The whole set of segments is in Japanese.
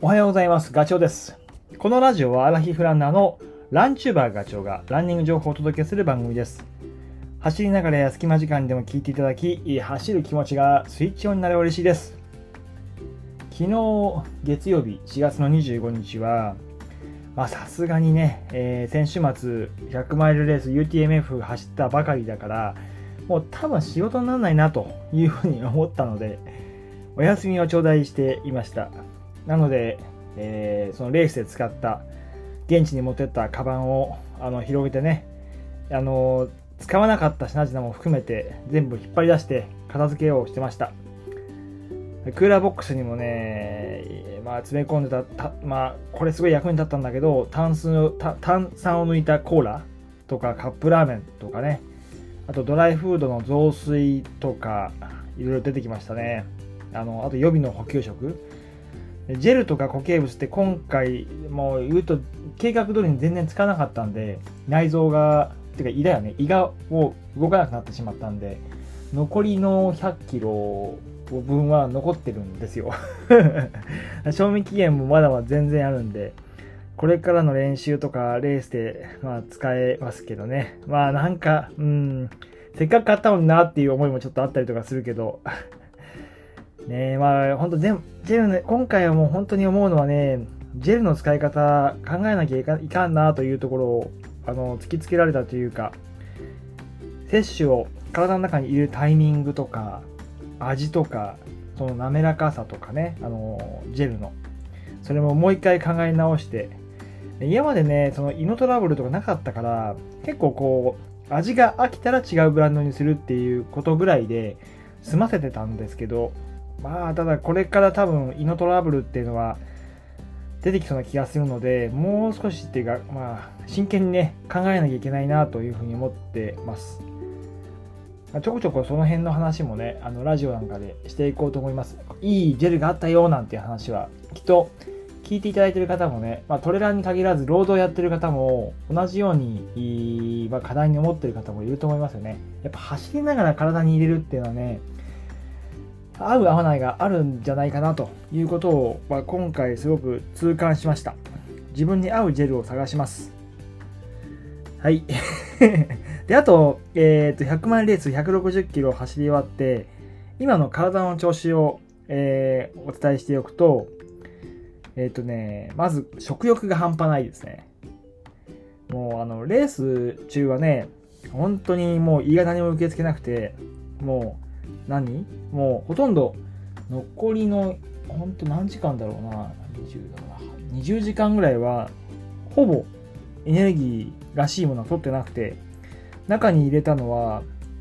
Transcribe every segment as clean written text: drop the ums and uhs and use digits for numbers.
おはようございます。ガチョウです。このラジオはアラヒフランナーのランチューバーガチョウがランニング情報をお届けする番組です。走りながらや隙間時間でも聞いていただき、走る気持ちがスイッチオンになれば嬉しいです。昨日月曜日4月の25日はさすがにね、先週末100マイルレース UTMF 走ったばかりだからもう多分仕事にならないなというふうに思ったのでお休みを頂戴していました。なので、そのレースで使った現地に持ってったカバンを広げてね、使わなかった品々も含めて全部引っ張り出して片付けをしてました。クーラーボックスにもね、詰め込んでた、これすごい役に立ったんだけど、炭酸を抜いたコーラとかカップラーメンとかね、あとドライフードの雑炊とかいろいろ出てきましたね。あと予備の補給食、ジェルとか固形物って今回もう言うと計画通りに全然使わなかったんで、内臓がてか胃だよね、胃がもう動かなくなってしまったんで、残りの100キロ分は残ってるんですよ賞味期限もまだまだ全然あるんで、これからの練習とかレースで使えますけどね。なんかせっかく買ったのになっていう思いもちょっとあったりとかするけどね、本当ジェルね、今回はもう本当に思うのはね、ジェルの使い方考えなきゃいかんなというところを突きつけられたというか、摂取を体の中に入れるタイミングとか味とかその滑らかさとかね、ジェルのそれももう一回考え直して、今までねその胃のトラブルとかなかったから結構こう味が飽きたら違うブランドにするっていうことぐらいで済ませてたんですけど、ただこれから多分胃のトラブルっていうのは出てきそうな気がするので、もう少しっていうか真剣にね考えなきゃいけないなというふうに思ってます。ちょこちょこその辺の話もねラジオなんかでしていこうと思います。いいジェルがあったよなんていう話はきっと聞いていただいている方もね、トレランに限らずロードをやってる方も同じように、課題に思ってる方もいると思いますよね。やっぱ走りながら体に入れるっていうのはね、合う合わないがあるんじゃないかなということを、今回すごく痛感しました。自分に合うジェルを探します。はいであと、100マイルレース160キロ走り終わって今の体の調子を、お伝えしておくと、まず食欲が半端ないですね。もうレース中はね本当にもう胃が何も受け付けなくて、もうほとんど残りの本当何時間だろうな、20時間ぐらいはほぼエネルギーらしいものは取ってなくて、中に入れたのは、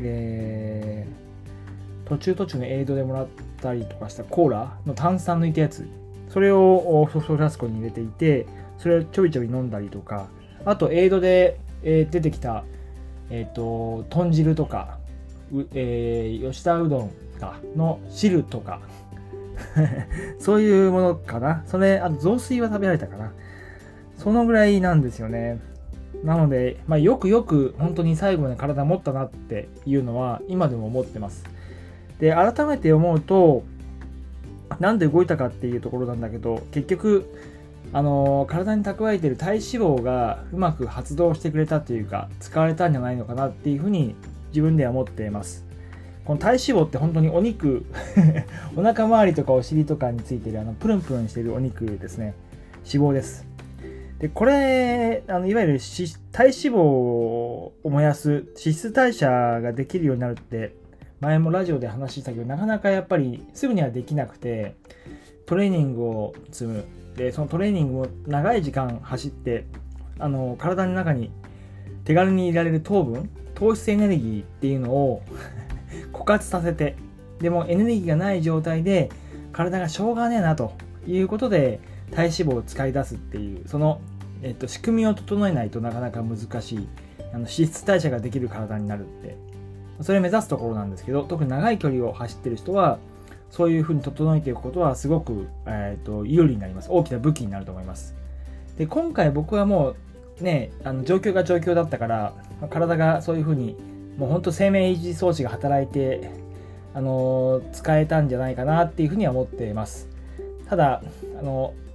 途中のエイドでもらったりとかしたコーラの炭酸抜いたやつ、それをソフトフラスコに入れていて、それをちょいちょい飲んだりとか、あとエイドで、出てきた、豚汁とか吉田うどんの汁とかそういうものかな。それあと雑炊は食べられたかな。そのぐらいなんですよね。なので、よく本当に最後まで体持ったなっていうのは今でも思ってます。で改めて思うとなんで動いたかっていうところなんだけど、結局体に蓄えている体脂肪がうまく発動してくれたというか使われたんじゃないのかなっていうふうに自分では思っています。この体脂肪って本当にお肉お腹周りとかお尻とかについているプルンプルンしているお肉ですね、脂肪です。でこれいわゆる体脂肪を燃やす脂質代謝ができるようになるって前もラジオで話したけど、なかなかやっぱりすぐにはできなくて、トレーニングを積む、でそのトレーニングを長い時間走って体の中に手軽に入れられる糖質エネルギーっていうのを枯渇させて、でもエネルギーがない状態で体がしょうがねえなということで体脂肪を使い出すっていう、その、仕組みを整えないとなかなか難しい脂質代謝ができる体になるって、それを目指すところなんですけど、特に長い距離を走ってる人はそういうふうに整えていくことはすごく、有利になります。大きな武器になると思います。で今回僕はもうね状況が状況だったから体がそういうふうにもう本当生命維持装置が働いて使えたんじゃないかなっていうふうには思っています。ただ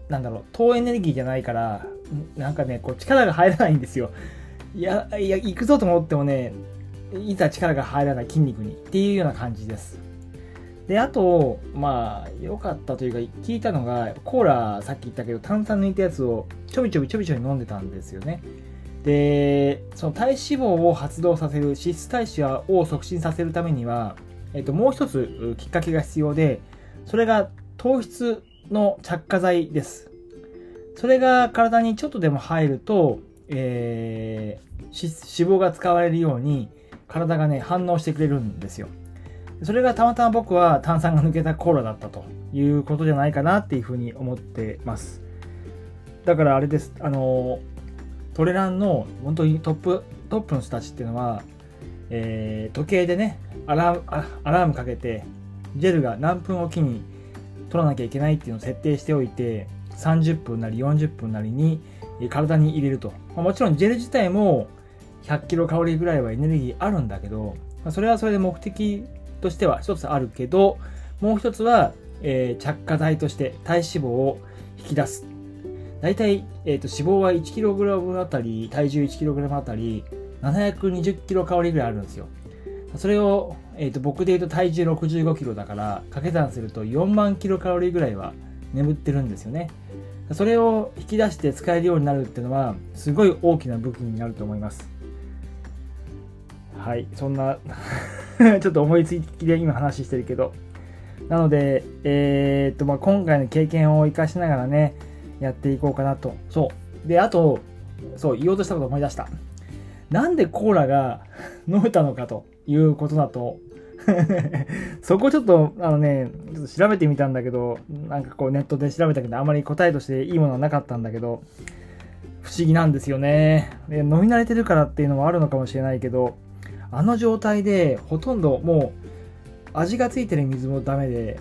糖エネルギーじゃないから、なんかね、こう力が入らないんですよ。いや、行くぞと思ってもね、いざ力が入らない筋肉にっていうような感じです。で、あと、まあ、良かったというか、聞いたのが、コーラ、さっき言ったけど、炭酸抜いたやつをちょびちょび飲んでたんですよね。で、その体脂肪を発動させる、脂質代謝を促進させるためには、もう一つきっかけが必要で、それが糖質の着火剤です。それが体にちょっとでも入ると、脂肪が使われるように、体がね、反応してくれるんですよ。それがたまたま僕は炭酸が抜けたコーラだったということじゃないかなっていうふうに思ってます。だからあれです。トレランの本当にトップの人たちっていうのは、時計でね、アラームかけて、ジェルが何分おきに取らなきゃいけないっていうのを設定しておいて、30分なり40分なりに体に入れると。もちろんジェル自体も100キロカロリーぐらいはエネルギーあるんだけど、それはそれで目的としては一つあるけど、もう一つは、着火剤として体脂肪を引き出す。だいたい、脂肪は 1kg あたり、体重 1kg あたり、720キロカロリーぐらいあるんですよ。それを、僕で言うと体重65キロだから、掛け算すると4万キロカロリーぐらいは眠ってるんですよね。それを引き出して使えるようになるっていうのは、すごい大きな武器になると思います。はい、そんな、ちょっと思いつきで今話してるけど。なので、今回の経験を生かしながらね、やっていこうかなと。そう。で、あと、言おうとしたこと思い出した。なんでコーラが飲めたのかということだと、そこちょっと、ちょっと調べてみたんだけど、なんかこうネットで調べたけど、あまり答えとしていいものはなかったんだけど、不思議なんですよね。で、飲み慣れてるからっていうのもあるのかもしれないけど、あの状態でほとんどもう味がついてる水もダメで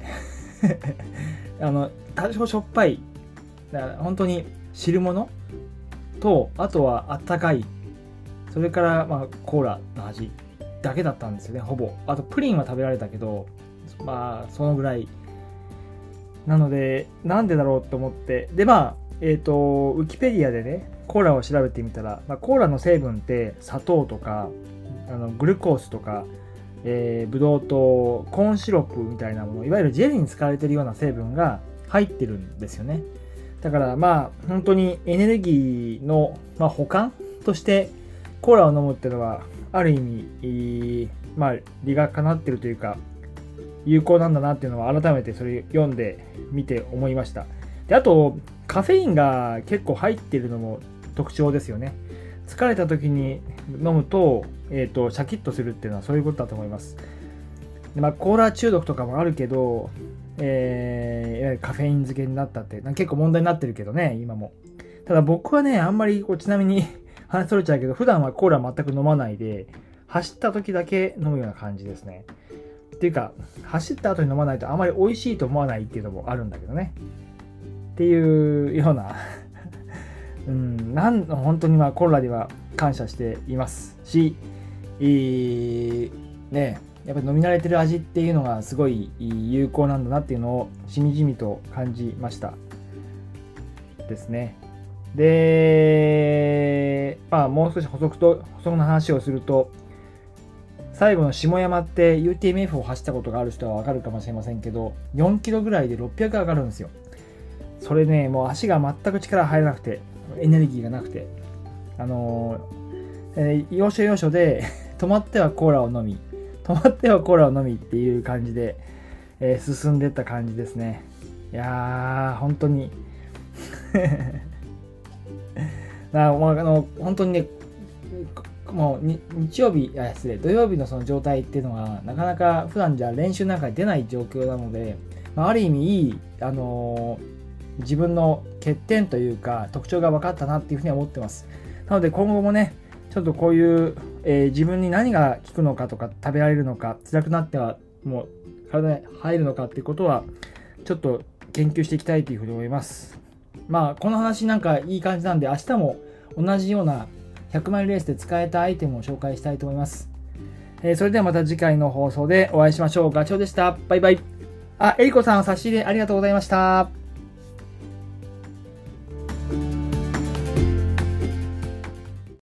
多少しょっぱい、だから本当に汁物と、あとはあったかい、それからまあコーラの味だけだったんですよね、ほぼ。あとプリンは食べられたけど、まあそのぐらいなので、なんでだろうと思って、でまあウィキペディアでねコーラを調べてみたら、コーラの成分って砂糖とかグルコースとか、ブドウ糖、コーンシロップみたいなもの、いわゆるジェリーに使われているような成分が入ってるんですよね。だからまあ本当にエネルギーの、補完としてコーラを飲むっていうのはある意味、理がかなってるというか有効なんだなっていうのは改めてそれ読んでみて思いました。で、あとカフェインが結構入っているのも特徴ですよね。疲れた時に飲むと、シャキッとするっていうのはそういうことだと思います。でコーラ中毒とかもあるけど、いわゆるカフェイン漬けになったって結構問題になってるけどね、今も。ただ僕はね、あんまりちなみに話それちゃうけど、普段はコーラ全く飲まないで、走った時だけ飲むような感じですね。っていうか、走った後に飲まないとあまり美味しいと思わないっていうのもあるんだけどね。っていうような本当にコーラには感謝していますし、やっぱり飲み慣れてる味っていうのがすごい有効なんだなっていうのをしみじみと感じましたですね。で、もう少し補足の話をすると、最後の下山って UTMF を走ったことがある人はわかるかもしれませんけど、4キロぐらいで600上がるんですよ。それね、もう足が全く力入らなくて、エネルギーがなくて、要所要所で止まってはコーラを飲みっていう感じで、進んでいった感じですね。いやー本当に本当にね、もう土曜日のその状態っていうのはなかなか普段じゃ練習なんかに出ない状況なので、ある意味いい自分の欠点というか特徴が分かったなっていうふうに思ってます。なので今後もね、ちょっとこういう、自分に何が効くのかとか食べられるのか、辛くなってはもう体に入るのかっていうことはちょっと研究していきたいというふうに思います。この話なんかいい感じなんで、明日も同じような100マイルレースで使えたアイテムを紹介したいと思います。それではまた次回の放送でお会いしましょう。ガチョウでした。バイバイ。エリコさん、差し入れありがとうございました。